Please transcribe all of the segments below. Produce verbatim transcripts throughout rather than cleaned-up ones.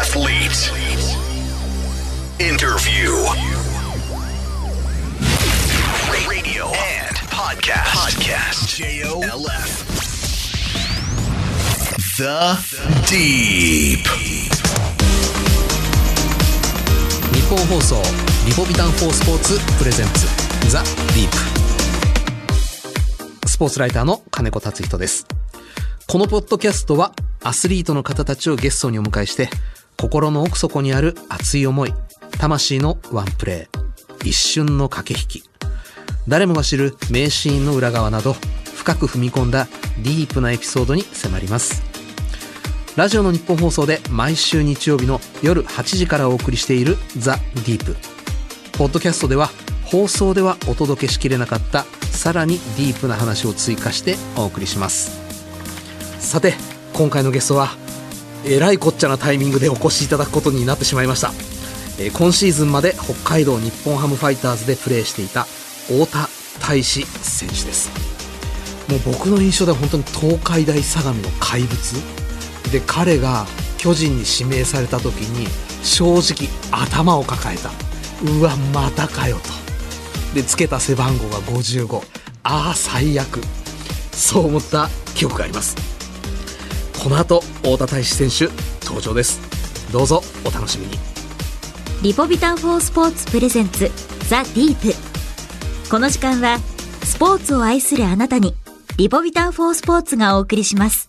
Athlete Interview Radio and Podcast Podcast J O L F The Deep 日本放送リポビタンフォースポーツプレゼンツ The Deep スポーツライターの金子達人です。このポッドキャストはアスリートの方たちをゲストにお迎えして心の奥底にある熱い思い、魂のワンプレー、一瞬の駆け引き、誰もが知る名シーンの裏側など深く踏み込んだディープなエピソードに迫ります。ラジオの日本放送で毎週日曜日の夜はちじからお送りしている The Deep。 ポッドキャストでは放送ではお届けしきれなかったさらにディープな話を追加してお送りします。さて今回のゲストはえらいこっちゃなタイミングでお越しいただくことになってしまいました。えー、今シーズンまで北海道日本ハムファイターズでプレーしていた太田大志選手です。もう僕の印象では本当に東海大相模の怪物で、彼が巨人に指名された時に正直頭を抱えた。うわまたかよと。でつけた背番号がごじゅうご。ああ最悪、そう思った記憶があります。この後太田大志選手登場です。どうぞお楽しみに。 リポビタンフォースポーツプレゼンツザ・ディープ。この時間はスポーツを愛するあなたにリポビタンフォースポーツがお送りします。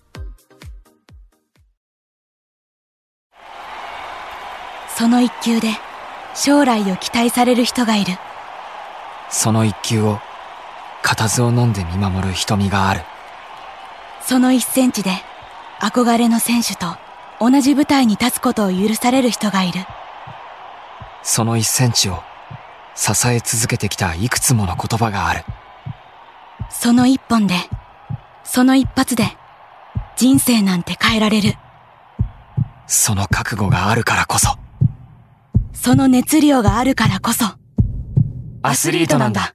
その一球で将来を期待される人がいる。 その一球を固唾を飲んで見守る瞳がある。 その一センチで憧れの選手と同じ舞台に立つことを許される人がいる。 その一センチを支え続けてきたいくつもの言葉がある。 その一本で、その一発で人生なんて変えられる。 その覚悟があるからこそ、 その熱量があるからこそアスリートなんだ。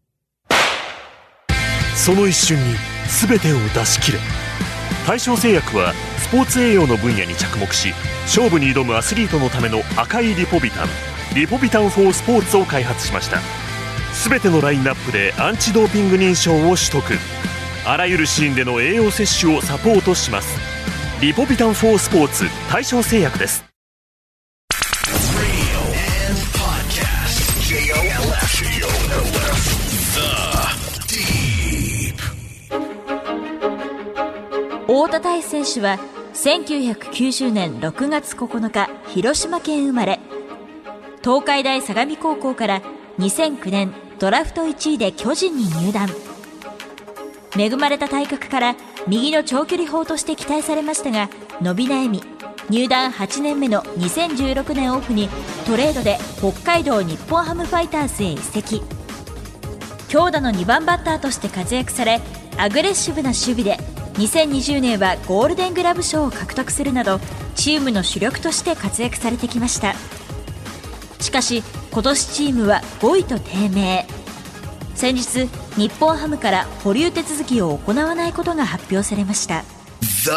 その一瞬に全てを出し切れ。大正製薬はスポーツ栄養の分野に着目し、勝負に挑むアスリートのための赤いリポビタン、リポビタンフォースポーツを開発しました。全てのラインナップでアンチドーピング認証を取得。あらゆるシーンでの栄養摂取をサポートします。リポビタンフォースポーツ、大正製薬です。 太田大志選手はせんきゅうひゃくきゅうじゅうねんろくがつここのか広島県生まれ。東海大相模高校からにせんきゅうねんドラフトいちいで巨人に入団。恵まれた体格から右の長距離砲として期待されましたが伸び悩み、入団はちねんめのにせんじゅうろくねんオフにトレードで北海道日本ハムファイターズへ移籍。強打のにばんバッターとして活躍され、アグレッシブな守備でにせんにじゅうねんはゴールデングラブ賞を獲得するなどチームの主力として活躍されてきました。しかし今年チームはごいと低迷。先日日本ハムから保留手続きを行わないことが発表されました。 The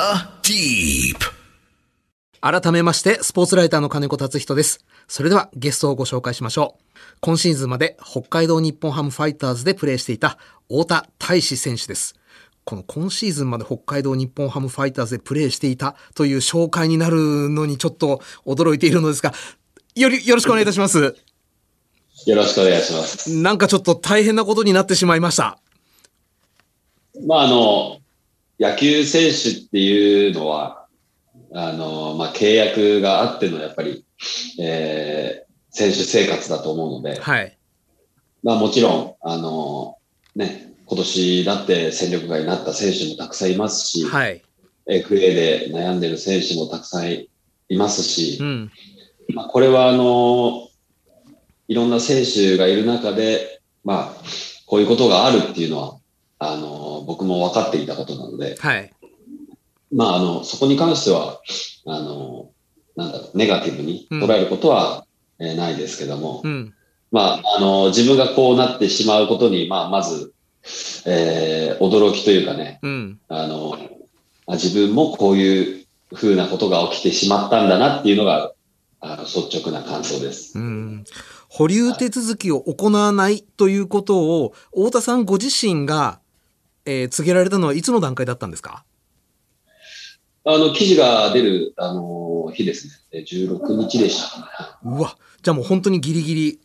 Deep。 改めましてスポーツライターの金子達人です。それではゲストをご紹介しましょう。今シーズンまで北海道日本ハムファイターズでプレーしていた太田大志選手です。この今シーズンまで北海道日本ハムファイターズでプレーしていたという紹介になるのにちょっと驚いているのですが、よりよろしくお願いいたします。 よろしくお願いします。 なんかちょっと大変なことになってしまいました。 まああの野球選手っていうのはあのまあ契約があってのやっぱり、えー、選手生活だと思うので、 はい。 まあもちろんあのね。今年だって戦力外になった選手もたくさんいますし、はい、エフエー で悩んでる選手もたくさんいますし、うんまあ、これはあのいろんな選手がいる中で、まあ、こういうことがあるっていうのはあの僕も分かっていたことなので、はいまあ、あのそこに関してはあのなんだろうネガティブに捉えることは、うんえー、ないですけども、うんまあ、あの自分がこうなってしまうことに、まあ、まずえー、驚きというかね、うん、あの自分もこういう風なことが起きてしまったんだなっていうのが、あ率直な感想です。 うん。保留手続きを行わないということを、太田さんご自身が、えー、告げられたのはいつの段階だったんですか？ あの、記事が出る、あのー、日ですね。じゅうろくにちでしたかね。 うわ、じゃあもう本当にギリギリ。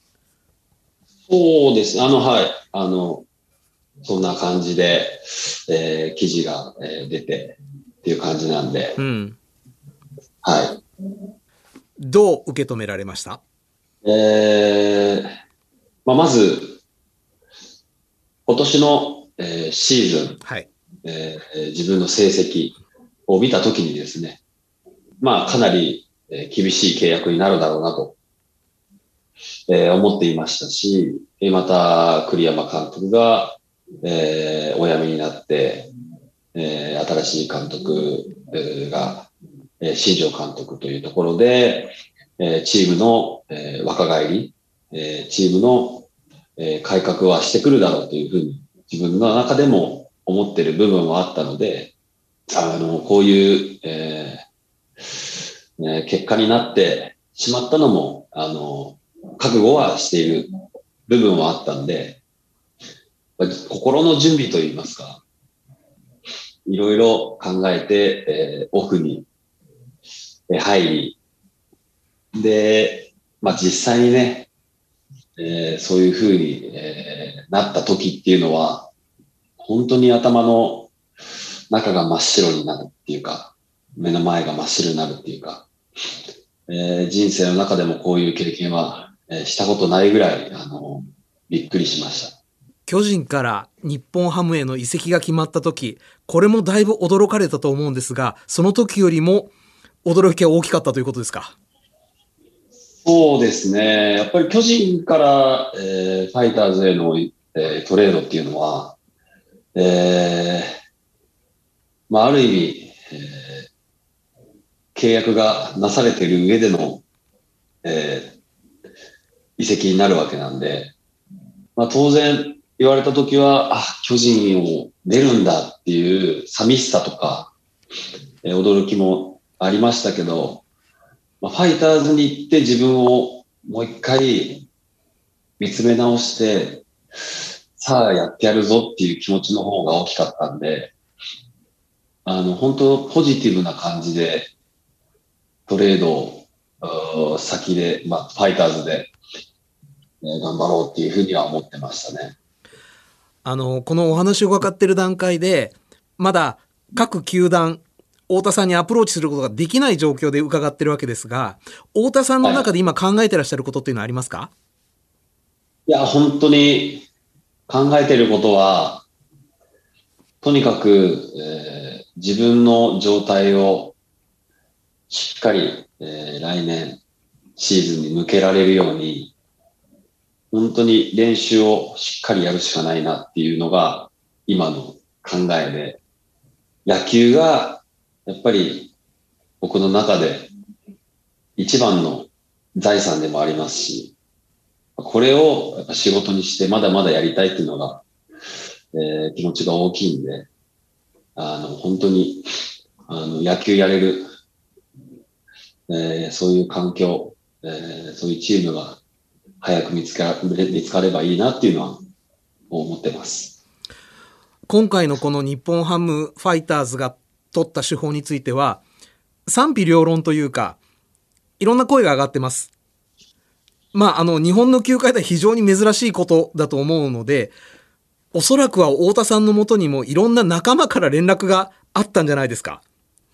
そうです。あの、はい。あの、そんな感じで、えー、記事が、えー、出てっていう感じなんで。 うん。 はい。 どう受け止められました？ えー、まあ、まず、今年の、えー、シーズン、 はい。 えー、自分の成績を見たときにですね、まあ、かなり、えー、厳しい契約になるだろうなと、えー、思っていましたし、また、栗山監督が、えー、お辞めになって、えー、新しい監督が、えー、新庄監督というところで、えー、チームの、えー、若返り、えー、チームの、えー、改革はしてくるだろうというふうに自分の中でも思っている部分はあったので、あの、こういう、えーね、結果になってしまったのも、あの、覚悟はしている部分はあったんで、心の準備といいますか、いろいろ考えて、えー、オフに入り、で、まあ実際にね、えー、そういうふうに、えー、なった時っていうのは、本当に頭の中が真っ白になるっていうか、目の前が真っ白になるっていうか、えー、人生の中でもこういう経験は、えー、したことないぐらい、あの、びっくりしました。 巨人から日本ハムへの移籍が決まった時、これもだいぶ驚かれたと思うんですが、その時よりも驚きは大きかったということですか？ そうですね。やっぱり巨人から、えー、ファイターズへの、えー、トレードっていうのは、えー、まあ、ある意味、えー、契約がなされている上での、えー、移籍になるわけなんで、まあ、当然言われたときは、あ、巨人を出るんだっていう寂しさとか、えー、驚きもありましたけど、まあ、ファイターズに行って自分をもう一回見つめ直して、さあやってやるぞっていう気持ちの方が大きかったんで、あの、本当ポジティブな感じでトレードを先で、まあ、ファイターズで、ね、頑張ろうっていうふうには思ってましたね。 あの、このお話を伺っている段階で、まだ各球団、太田さんにアプローチすることができない状況で伺ってるわけですが、太田さんの中で今考えてらっしゃることっていうのはありますか？ いや、本当に考えていることは、とにかく、えー、自分の状態をしっかり、えー、来年シーズンに向けられるように、本当に練習をしっかりやるしかないなっていうのが今の考えで、野球がやっぱり僕の中で一番の財産でもありますし、これをやっぱ仕事にしてまだまだやりたいっていうのが、えー、気持ちが大きいんで、あの、本当に、あの、野球やれる、えー、そういう環境、えー、そういうチームが早く見つか、見つかればいいなっていうのは思ってます。 今回のこの日本ハムファイターズが取った手法については、賛否両論というか、いろんな声が上がってます。まあ、あの、日本の球界では非常に珍しいことだと思うので、おそらくは太田さんのもとにもいろんな仲間から連絡があったんじゃないですか？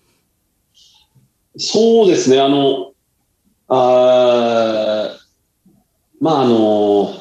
そうですね。あの、あまああの、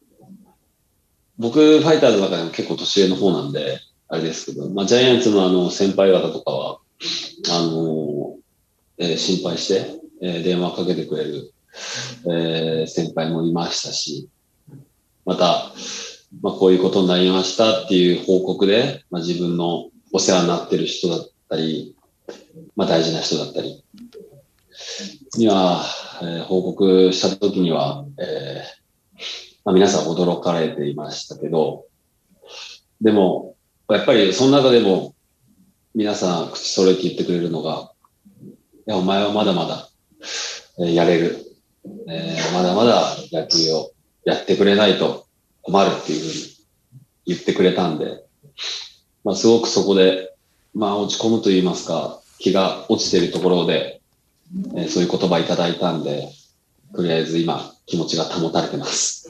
僕、ファイターズの中でも結構年上の方なんで、あれですけど、まあジャイアンツのあの先輩方とかは、あの、えー、心配して、えー、電話かけてくれる、えー、先輩もいましたし、また、まあ、こういうことになりましたっていう報告で、まあ、自分のお世話になってる人だったり、まあ、大事な人だったりには、えー、報告したときには、えーまあ、皆さん驚かれていましたけど、でも、やっぱりその中でも皆さん口揃えて言ってくれるのが、いや、お前はまだまだ、 えー、やれる、えー、まだまだ野球をやってくれないと困るっていうふうに言ってくれたんで、まあ、すごくそこで、まあ、落ち込むと言いますか、気が落ちているところで、えー、そういう言葉いただいたんで、とりあえず今、気持ちが保たれてます。 うん、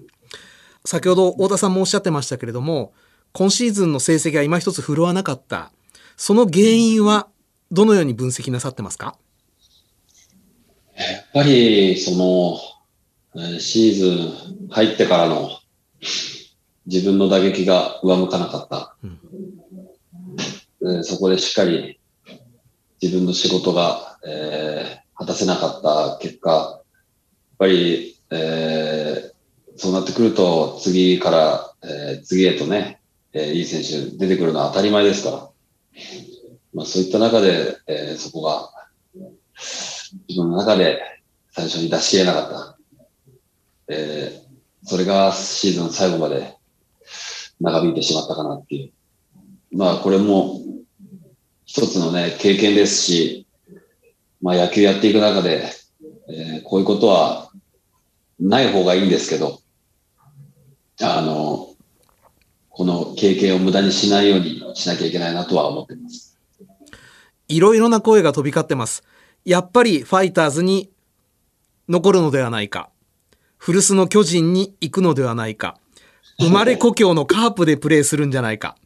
先ほど太田さんもおっしゃってましたけれども、今シーズンの成績が今一つ振るわなかった。その原因はどのように分析なさってますか？ やっぱり、その、シーズン入ってからの自分の打撃が上向かなかった。うん、そこでしっかり自分の仕事が、えー、果たせなかった結果、やっぱり、えー、そうなってくると次から、えー、次へとね、えー、いい選手出てくるのは当たり前ですから、まあ、そういった中で、えー、そこが自分の中で最初に出し切れなかった。えー、それがシーズン最後まで長引いてしまったかなっていう。まあこれも一つのね、経験ですし、まあ野球やっていく中で、えー、こういうことはない方がいいんですけど、あの、この経験を無駄にしないようにしなきゃいけないなとは思っています。 いろいろな声が飛び交ってます。やっぱりファイターズに残るのではないか。古巣の巨人に行くのではないか。生まれ故郷のカープでプレーするんじゃないか。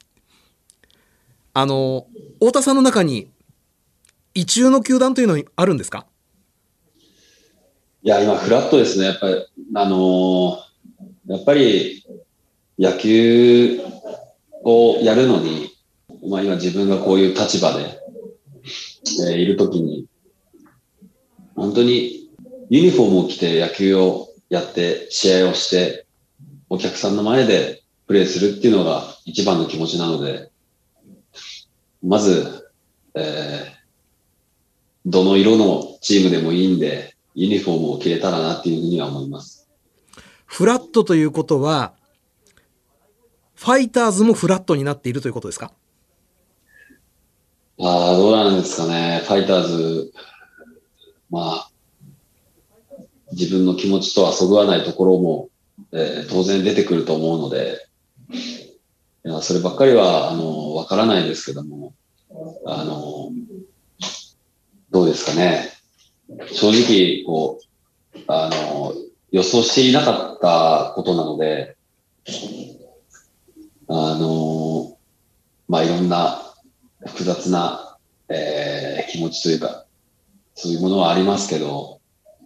あの、太田さんの中に意中の球団というのはあるんですか？ いや、今フラットですね。やっぱり、あのー、やっぱり野球をやるのに、まあ今自分がこういう立場で、えー、いるときに、本当にユニフォームを着て野球をやって試合をしてお客さんの前でプレーするっていうのが一番の気持ちなので、まず、えー、どの色のチームでもいいんでユニフォームを着れたらなっていうふうには思います。 フラットということはファイターズもフラットになっているということですか？ ああ、どうなんですかね。ファイターズ、まあ自分の気持ちとはそぐわないところも、えー、当然出てくると思うので、いやそればっかりはあのわからないですけども、あのどうですかね。正直こうあの予想していなかったことなので、あのまあいろんな複雑な、えー、気持ちというかそういうものはありますけど。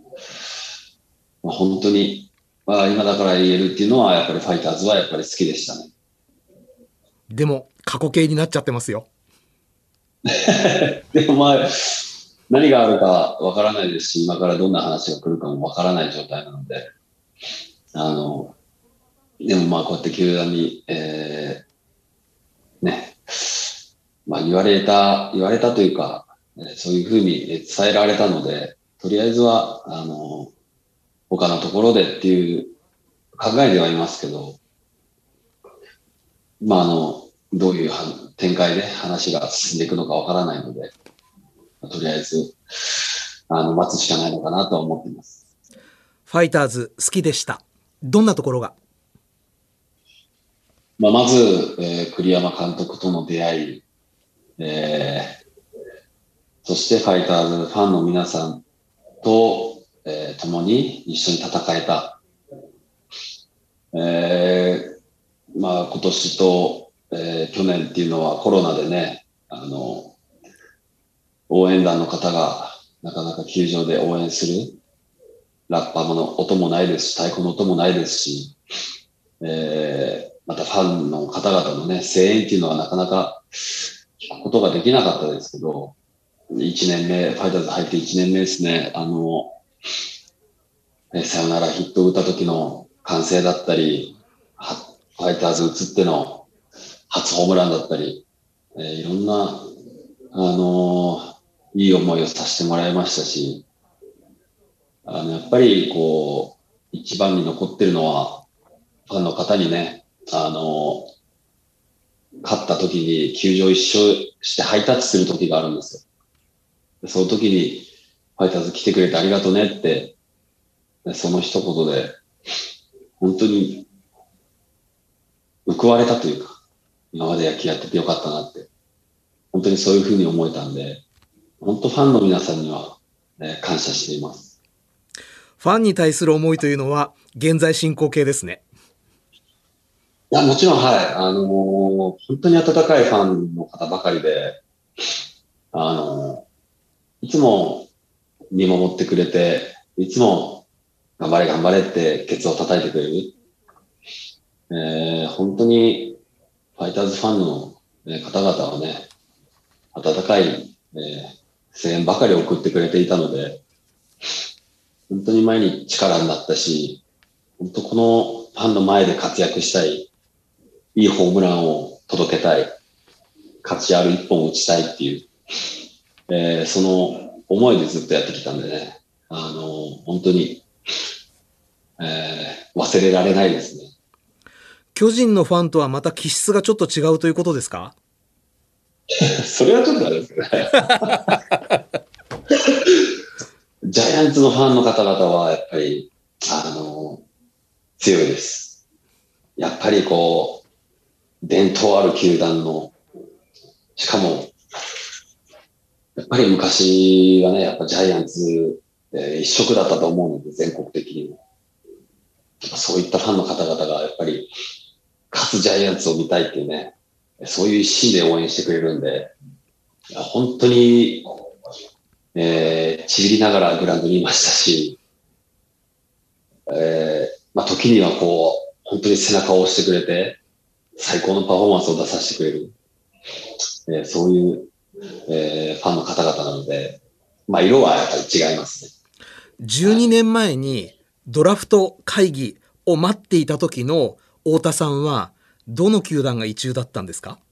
本当に、まあ、今だから言えるっていうのはやっぱりファイターズはやっぱり好きでしたね。 でも過去形になっちゃってますよ。 でもまあ何があるかわからないですし、今からどんな話が来るかもわからない状態なので、あのでもまあこうやって球団に、えー、ね、まあ言われた言われたというか、そういうふうに伝えられたので、とりあえずはあの他のところでっていう考えではいますけど、まああの、どういう展開で話が進んでいくのかわからないので、とりあえず、あの、待つしかないのかなとは思っています。 ファイターズ好きでした。どんなところが？ まあ、まず、えー、栗山監督との出会い、えー、そしてファイターズファンの皆さんと、えー、共に一緒に戦えた。えー、まあ今年と、えー、去年っていうのはコロナでね、あの、応援団の方がなかなか球場で応援する。ラッパーの音もないですし、太鼓の音もないですし、えー、またファンの方々のね、声援っていうのはなかなか聞くことができなかったですけど、いちねんめ、ファイターズ入っていちねんめですね、あの、サヨナラヒットを打った時の歓声だったり、ファイターズ移っての初ホームランだったり、えー、いろんな、あのー、いい思いをさせてもらいましたし、あのやっぱりこう一番に残ってるのはファンの方にね、あのー、勝った時に球場一周してハイタッチする時があるんですよ。その時にファイターズ来てくれてありがとねって、その一言で、本当に報われたというか、今まで野球やっててよかったなって、本当にそういうふうに思えたんで、本当ファンの皆さんには、ね、感謝しています。 ファンに対する思いというのは、現在進行形ですね。 いや、もちろん、はい。あのー、本当に温かいファンの方ばかりで、あのー、いつも見守ってくれて、いつも頑張れ頑張れってケツを叩いてくれる。えー、本当にファイターズファンの、ね、方々はね、温かい、えー、声援ばかり送ってくれていたので、本当に前に力になったし、本当このファンの前で活躍したい、いいホームランを届けたい、価値ある一本を打ちたいっていう、えー、その思いでずっとやってきたんでね、あのー、本当に、えー、忘れられないですね。 巨人のファンとはまた気質がちょっと違うということですか？ それはちょっとあれですね。ジャイアンツのファンの方々はやっぱり、あのー、強いです。やっぱりこう、伝統ある球団の、しかも、やっぱり昔はね、やっぱジャイアンツ、えー、一色だったと思うので、全国的にも。そういったファンの方々がやっぱり、勝つジャイアンツを見たいっていうね、そういう一心で応援してくれるんで、いや本当に、えー、ちびりながらグラウンドにいましたし、えー、まあ時にはこう、本当に背中を押してくれて、最高のパフォーマンスを出させてくれる、えー、そういう、えー、ファンの方々なので、まあ色はやっぱり違いますね。 じゅうにねんまえにドラフト会議を待っていた時の太田さんは、どの球団が一流だったんですか？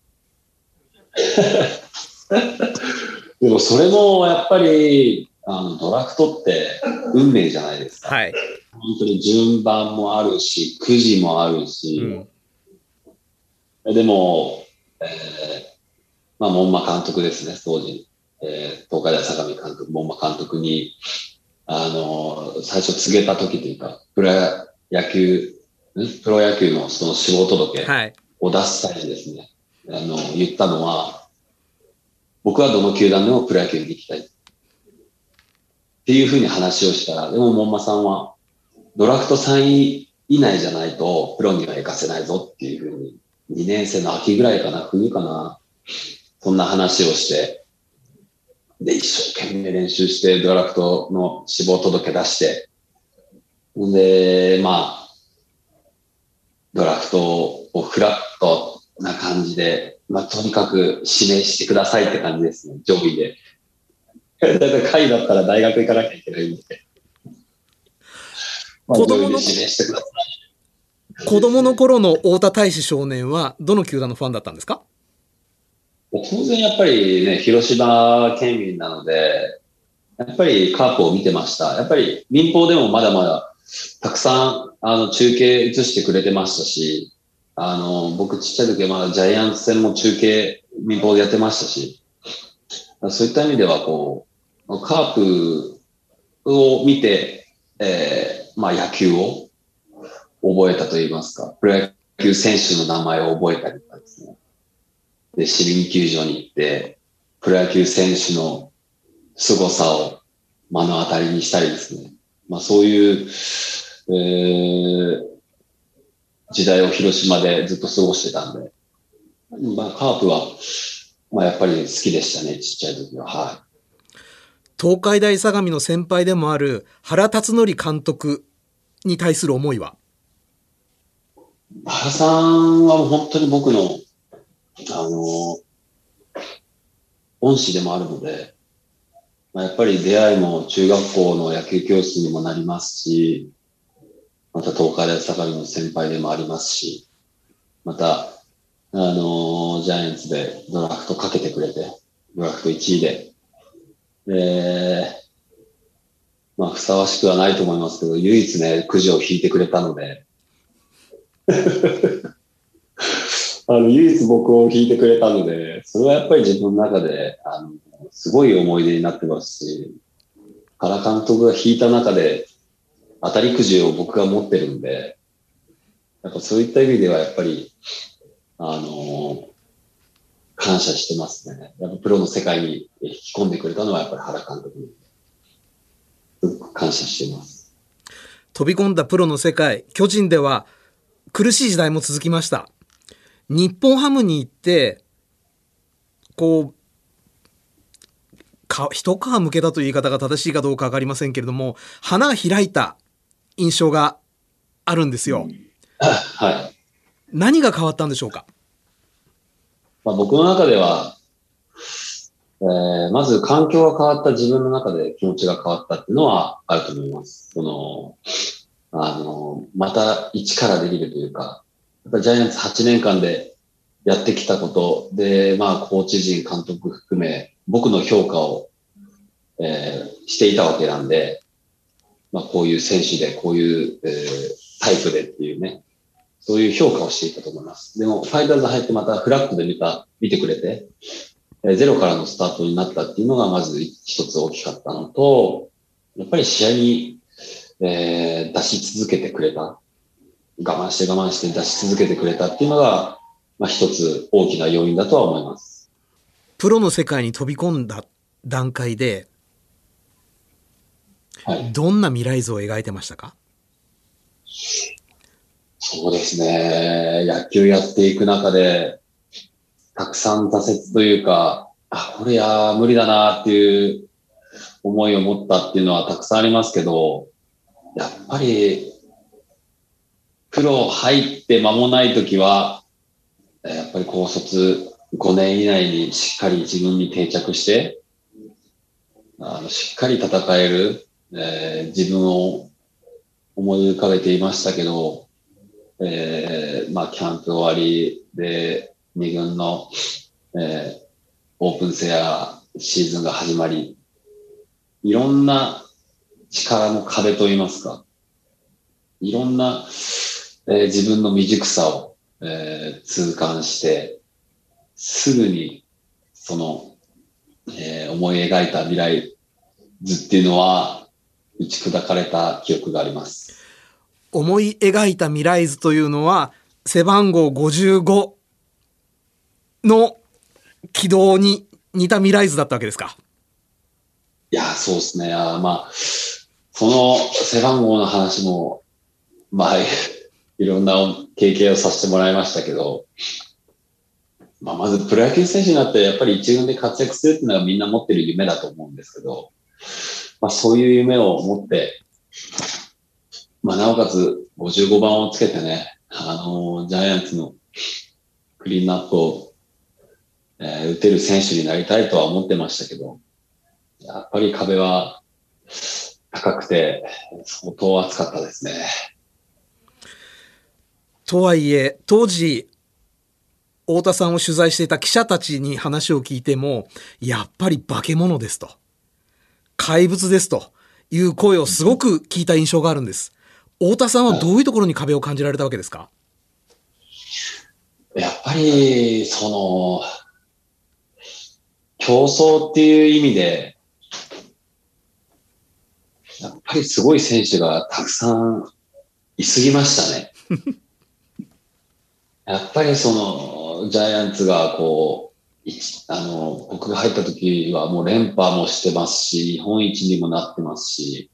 でもそれもやっぱりあのドラフトって運命じゃないですか。 はい。 本当に順番もあるし、くじもあるし、うん、でも、えー、まあ門馬監督ですね、当時、えー、東海大相模監督、門馬監督にあの最初告げた時というか、プロ野球プロ野球のその志望届を出す際にですね、はい、あの言ったのは、僕はどの球団でもプロ野球に行きたいっていうふうに話をしたら、でも門馬さんはドラフトさんい以内じゃないとプロには行かせないぞっていうふうに、にねん生の秋ぐらいかな、冬かな、そんな話をして、で一生懸命練習してドラフトの志望届出して、でまあドラフトをフラットな感じで、まあ、とにかく指名してくださいって感じですね、上位で。だいたい下位だったら大学行かなきゃいけないんで。まあ、 子供の指名してください。子供の頃の太田大志少年は、どの球団のファンだったんですか？ 当然やっぱりね、広島県民なので、やっぱりカープを見てました。やっぱり民放でもまだまだたくさんあの中継映してくれてましたし、あの僕ちっちゃい時はまだジャイアンツ戦も中継民放でやってましたし、そういった意味ではこうカープを見て、えー、まあ野球を覚えたといいますか、プロ野球選手の名前を覚えたりとかですね。で市民球場に行ってプロ野球選手の凄さを目の当たりにしたりですね。まあそういう、えー、時代を広島でずっと過ごしてたんで、まあカープは、まあやっぱり好きでしたね、ちっちゃい時は。はい。 東海大相模の先輩でもある原辰徳監督に対する思いは？ 原さんは本当に僕の、あの、恩師でもあるので、まあ、やっぱり出会いも中学校の野球教室にもなりますし、また東海大相模の先輩でもありますし、また、あのー、ジャイアンツでドラフトかけてくれて、ドラフトいちいで、で、まあ、ふさわしくはないと思いますけど、唯一ね、くじを引いてくれたので、あの唯一僕を引いてくれたので、それはやっぱり自分の中であのすごい思い出になってますし、 原監督が引いた中で当たりくじを僕が持ってるんで、やっぱそういった意味ではやっぱり、あのー、感謝してますね。やっぱプロの世界に引き込んでくれたのはやっぱり原監督にすごく感謝しています。 飛び込んだプロの世界、巨人では苦しい時代も続きました。日本ハムに行ってこうか一皮むけたという言い方が正しいかどうか分かりませんけれども、花が開いた印象があるんですよ、うん、 はい。 何が変わったんでしょうか。 まあ、僕の中では、えー、まず環境が変わった、自分の中で気持ちが変わったっていうのはあると思います。そのあのまた一からできるというか、やっぱりジャイアンツはちねんかんでやってきたことで、まあコーチ陣、監督含め僕の評価を、えー、していたわけなんで、まあこういう選手で、こういう、えー、タイプでっていうね、そういう評価をしていたと思います。でもファイターズ入ってまたフラッグで見た、見てくれて、えー、ゼロからのスタートになったっていうのがまず一つ大きかったのと、やっぱり試合に、えー、出し続けてくれた。我慢して我慢して出し続けてくれたっていうのが、まあ一つ大きな要因だとは思います。 プロの世界に飛び込んだ段階で、はい、どんな未来図を描いてましたか？ そうですね。野球やっていく中で、たくさん挫折というか、あ、これや無理だなっていう思いを持ったっていうのはたくさんありますけど、やっぱり、プロ入って間もないときは、やっぱり高卒ごねん以内にしっかり自分に定着して、あのしっかり戦える、えー、自分を思い浮かべていましたけど、えー、まあキャンプ終わりでに軍の、えー、オープンセアシーズンが始まり、いろんな力の壁といいますか、いろんな、えー、自分の未熟さを、えー、痛感して、すぐにその、えー、思い描いた未来図っていうのは打ち砕かれた記憶があります。 思い描いた未来図というのは背番号ごじゅうごの軌道に似た未来図だったわけですか？ いや、そうですね。あ、まあ、その背番号の話も、まあ、いろんな経験をさせてもらいましたけど、まあ、まずプロ野球選手になってやっぱり一軍で活躍するっていうのはみんな持ってる夢だと思うんですけど、まあ、そういう夢を持って、まあ、なおかつごじゅうごばんをつけてね、あのー、ジャイアンツのクリーンナップを、えー、打てる選手になりたいとは思ってましたけど、やっぱり壁は高くて相当厚かったですね。 とはいえ、当時太田さんを取材していた記者たちに話を聞いても、やっぱり化け物ですと、怪物ですという声をすごく聞いた印象があるんです。太田さんはどういうところに壁を感じられたわけですか？ やっぱりその競争っていう意味で、やっぱりすごい選手がたくさんいすぎましたね。やっぱりそのジャイアンツがこう、あの僕が入った時はもう連覇もしてますし、日本一にもなってますし、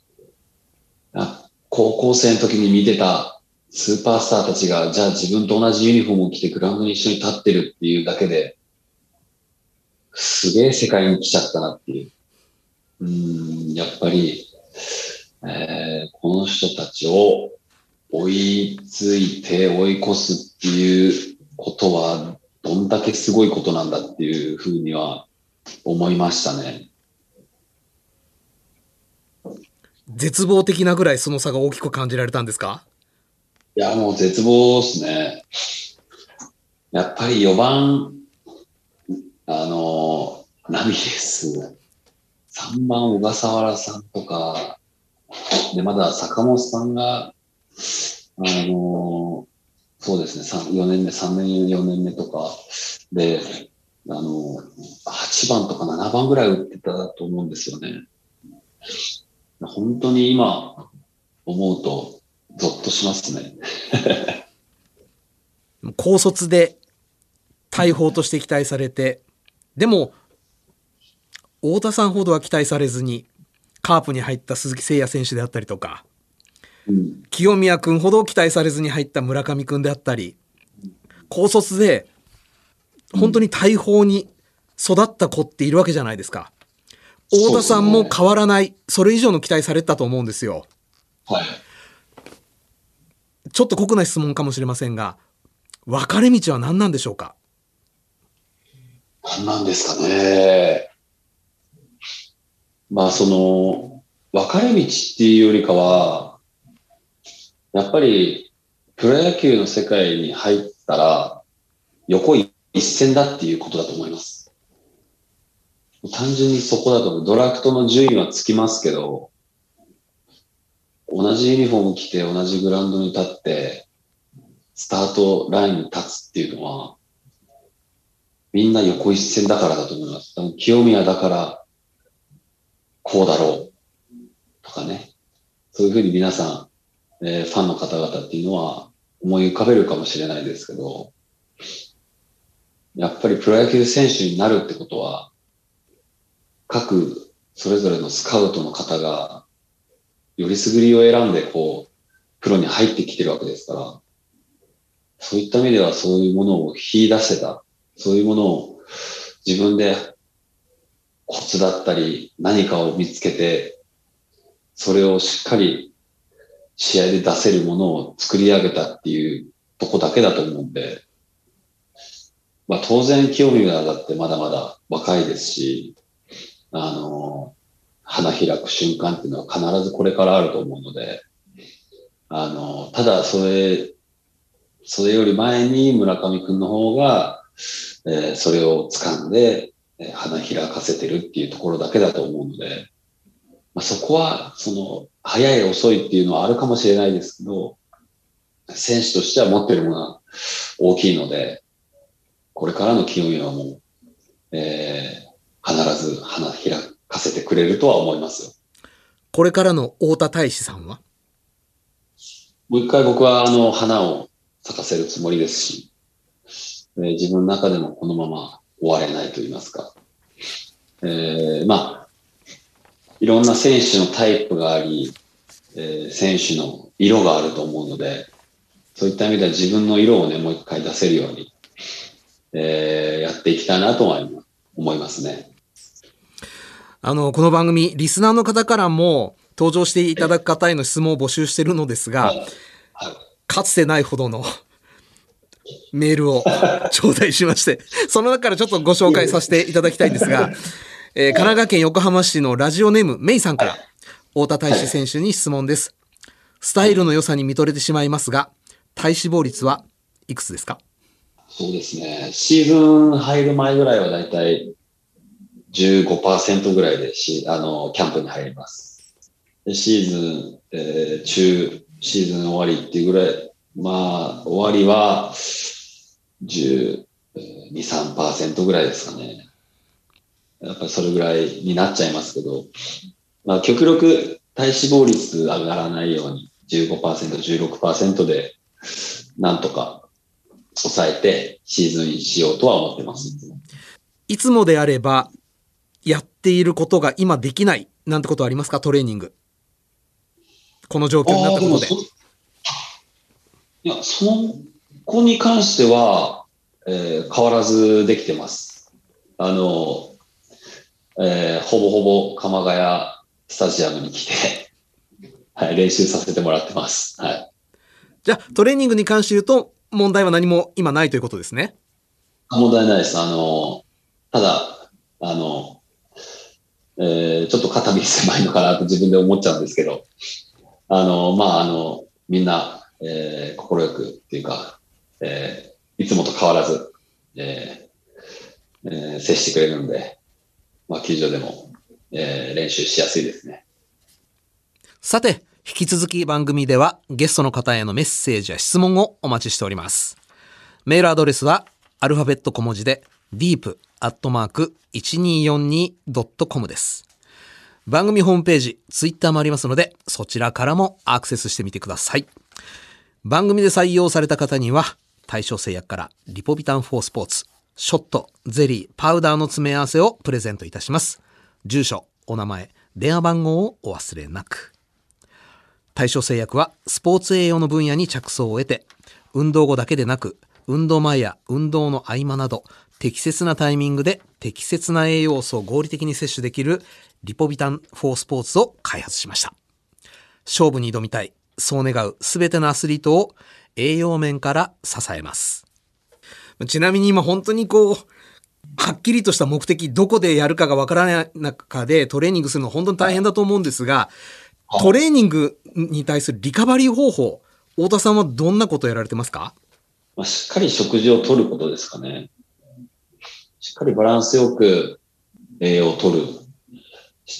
高校生の時に見てたスーパースターたちが、じゃあ自分と同じユニフォームを着てグラウンドに一緒に立ってるっていうだけで、すげえ世界に来ちゃったなっていう。うーん、やっぱり、えー、この人たちを追いついて追い越すっていうことは、どんだけすごいことなんだっていうふうには思いましたね。 絶望的なぐらいその差が大きく感じられたんですか？ いや、もう絶望ですね。やっぱりよばん、あの、ナミレス、さんばん小笠原さんとか、で、まだ坂本さんが、あの、そうですね、よねんめ、さんねんめ、よねんめとかで、あの、はちばんとかななばんぐらい打ってたと思うんですよね。 本当に今思うとゾッとしますね。 高卒で大砲として期待されて、でも太田さんほどは期待されずにカープに入った鈴木誠也選手であったりとか、うん、清宮君ほど期待されずに入った村上君であったり、高卒で本当に大砲に育った子っているわけじゃないですか。太田さんも変わらない、それ以上の期待されたと思うんですよ。 はい。 ちょっと酷な質問かもしれませんが、分かれ道は何なんでしょうか。 何なんですかね。まあその分かれ道っていうよりかは、やっぱりプロ野球の世界に入ったら横一線だっていうことだと思います。単純にそこだと、ドラフトの順位はつきますけど、同じユニフォーム着て同じグラウンドに立ってスタートラインに立つっていうのはみんな横一線だからだと思います。多分清宮だからこうだろうとかね、そういうふうに皆さん、えー、ファンの方々っていうのは思い浮かべるかもしれないですけど、やっぱりプロ野球選手になるってことは各それぞれのスカウトの方がよりすぐりを選んでこうプロに入ってきてるわけですから、そういった意味ではそういうものを引き出せた、そういうものを自分でコツだったり何かを見つけて、それをしっかり試合で出せるものを作り上げたっていうとこだけだと思うんで、まあ当然清宮だってまだまだ若いですし、あの、花開く瞬間っていうのは必ずこれからあると思うので、あの、ただそれ、それより前に村上くんの方が、えー、それを掴んで、えー、花開かせてるっていうところだけだと思うので、まあ、そこは、その、早い遅いっていうのはあるかもしれないですけど、選手としては持ってるものは大きいので、これからの清宮はもう、えー必ず花開かせてくれるとは思いますよ。 これからの太田大志さんはもう一回僕はあの花を咲かせるつもりですし、えー、自分の中でもこのまま終われないと言いますか、えー、まあいろんな選手のタイプがあり、えー、選手の色があると思うので、そういった意味では自分の色をねもう一回出せるように、えー、やっていきたいなと思いますね。 あのこの番組リスナーの方からも登場していただく方への質問を募集しているのですが、はいはい、かつてないほどのメールを頂戴しましてその中からちょっとご紹介させていただきたいんですが、えー、神奈川県横浜市のラジオネームメイさんから太田大志選手に質問です。スタイルの良さに見とれてしまいますが、体脂肪率はいくつですか？ そうですね、シーズン入る前ぐらいはだいたいじゅうごパーセント ぐらいでしあのキャンプに入ります。でシーズン、えー、中シーズン終わりっていうぐらい、まあ終わりはじゅうに、さんパーセント ぐらいですかね。やっぱりそれぐらいになっちゃいますけど、まあ、極力体脂肪率上がらないように じゅうごパーセント、じゅうろくパーセント でなんとか抑えてシーズンにしようとは思ってます。 いつもであればやっていることが今できないなんてことはありますか？トレーニング。この状況になったことで。 いや、そこに関しては、えー、変わらずできてます。あの、えー、ほぼほぼ鎌ヶ谷スタジアムに来て、はい、練習させてもらってます。はい。 じゃあ、トレーニングに関して言うと、問題は何も今ないということですね。 問題ないです。あの、ただ、あの、えー、ちょっと肩身狭いのかなと自分で思っちゃうんですけど、あの、まあ、あの、みんな、えー、心よくっていうか、えー、いつもと変わらず、えーえー、接してくれるんで、まあ、球場でも、えー、練習しやすいですね。 さて、引き続き番組ではゲストの方へのメッセージや質問をお待ちしております。メールアドレスはアルファベット小文字で ディープ アットマーク いちにーよんに ドットコム です。 番組ホームページ、ツイッターもありますので、そちらからもアクセスしてみてください。番組で採用された方には、大正製薬からリポビタンフォースポーツ、ショット、ゼリー、パウダーの詰め合わせをプレゼントいたします。住所、お名前、電話番号をお忘れなく。大正製薬はスポーツ栄養の分野に着想を得て、運動後だけでなく、運動前や運動の合間など、適切なタイミングで適切な栄養素を合理的に摂取できるリポビタンフォースポーツを開発しました。勝負に挑みたい、そう願うすべてのアスリートを栄養面から支えます。ちなみに今本当にこう、はっきりとした目的、どこでやるかがわからない中でトレーニングするのは本当に大変だと思うんですが、トレーニングに対するリカバリー方法、太田さんはどんなことをやられてますか？ まあ、しっかり食事をとることですかね。しっかりバランスよく栄養をとる。して、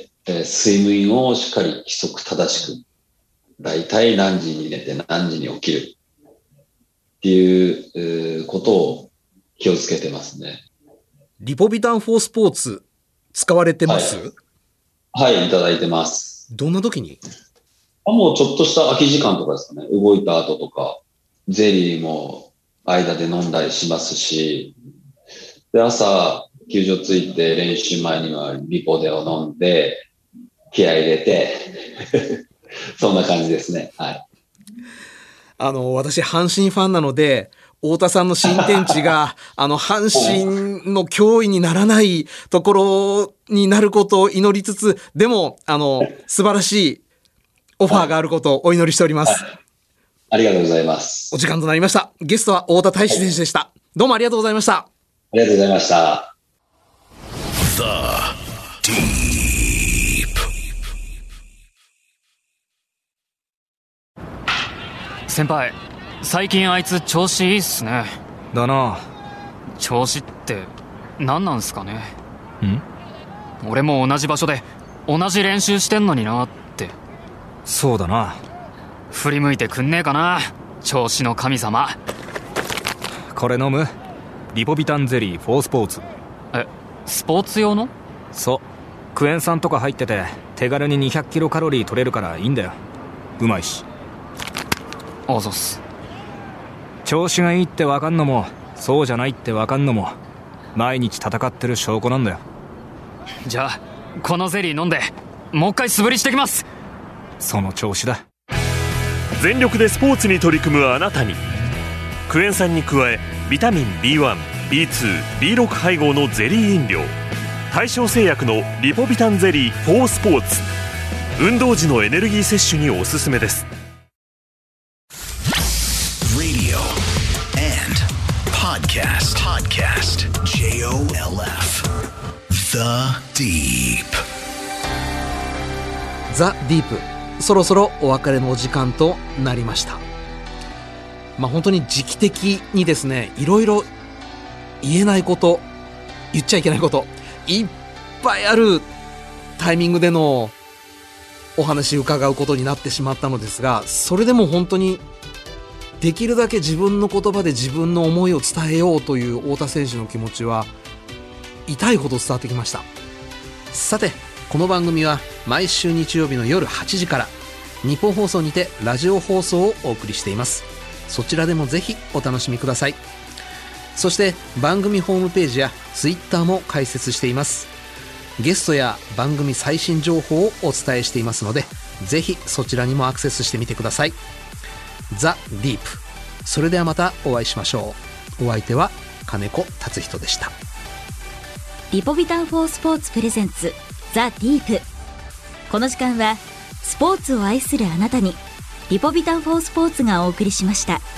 えー、睡眠をしっかり規則正しく。だいたい何時に寝て何時に起きる。っていう、えー、ことを気をつけてますね。 リポビタンフォースポーツ使われてます？ はい、はい、いただいてます。 どんな時に？ あ、もうちょっとした空き時間とかですかね。動いた後とか、ゼリーも間で飲んだりしますし、で、朝、球場着いて練習前にはリポデを飲んで、気合い入れて、そんな感じですね。はい。 あの、私、阪神ファンなので、太田さんの新天地が、あの、阪神の脅威にならないところになることを祈りつつ、でも、あの、素晴らしいオファーがあることをお祈りしております。はい、 ありがとうございます。 お時間となりました。ゲストは太田大志選手でした。どうもありがとうございました。 ありがとうございました。The Deep。 先輩、最近あいつ調子いいっすね。 だな。 調子って何なんすかね。 ん？ 俺も同じ場所で同じ練習してんのになって。 そうだな。 振り向いてくんねえかな、調子の神様。 これ飲む？リポビタンゼリーフォースポーツ。 え、スポーツ用の？ そう、クエン酸とか入ってて手軽ににひゃくキロカロリー取れるからいいんだよ。うまいし。 あざっす。 調子がいいって分かんのも、そうじゃないって分かんのも、毎日戦ってる証拠なんだよ。 じゃあこのゼリー飲んでもう一回素振りしてきます。 その調子だ。 全力でスポーツに取り組むあなたに、クエン酸に加えビタミン ビーワン、ビーツー、ビーろく 配合のゼリー飲料、大正製薬のリポビタンゼリーフォースポーツ。運動時のエネルギー摂取におすすめです。 Radio and Podcast Podcast ジェイオーエルエフ The Deep。 The Deep、 そろそろお別れのお時間となりました。まあ本当に時期的にですね、いろいろ言えないこと、言っちゃいけないこといっぱいあるタイミングでのお話伺うことになってしまったのですが、それでも本当にできるだけ自分の言葉で自分の思いを伝えようという太田選手の気持ちは痛いほど伝わってきました。さて、この番組は毎週日曜日の夜はちじから日本放送にてラジオ放送をお送りしています。そちらでもぜひお楽しみください。そして番組ホームページやツイッターも開設しています。ゲストや番組最新情報をお伝えしていますので、ぜひそちらにもアクセスしてみてください。 The Deep。 それではまたお会いしましょう。お相手は金子達人でした。 リポビタンフォースポーツプレゼンツ The Deep。 この時間はスポーツを愛するあなたにリポビタンフォースポーツがお送りしました。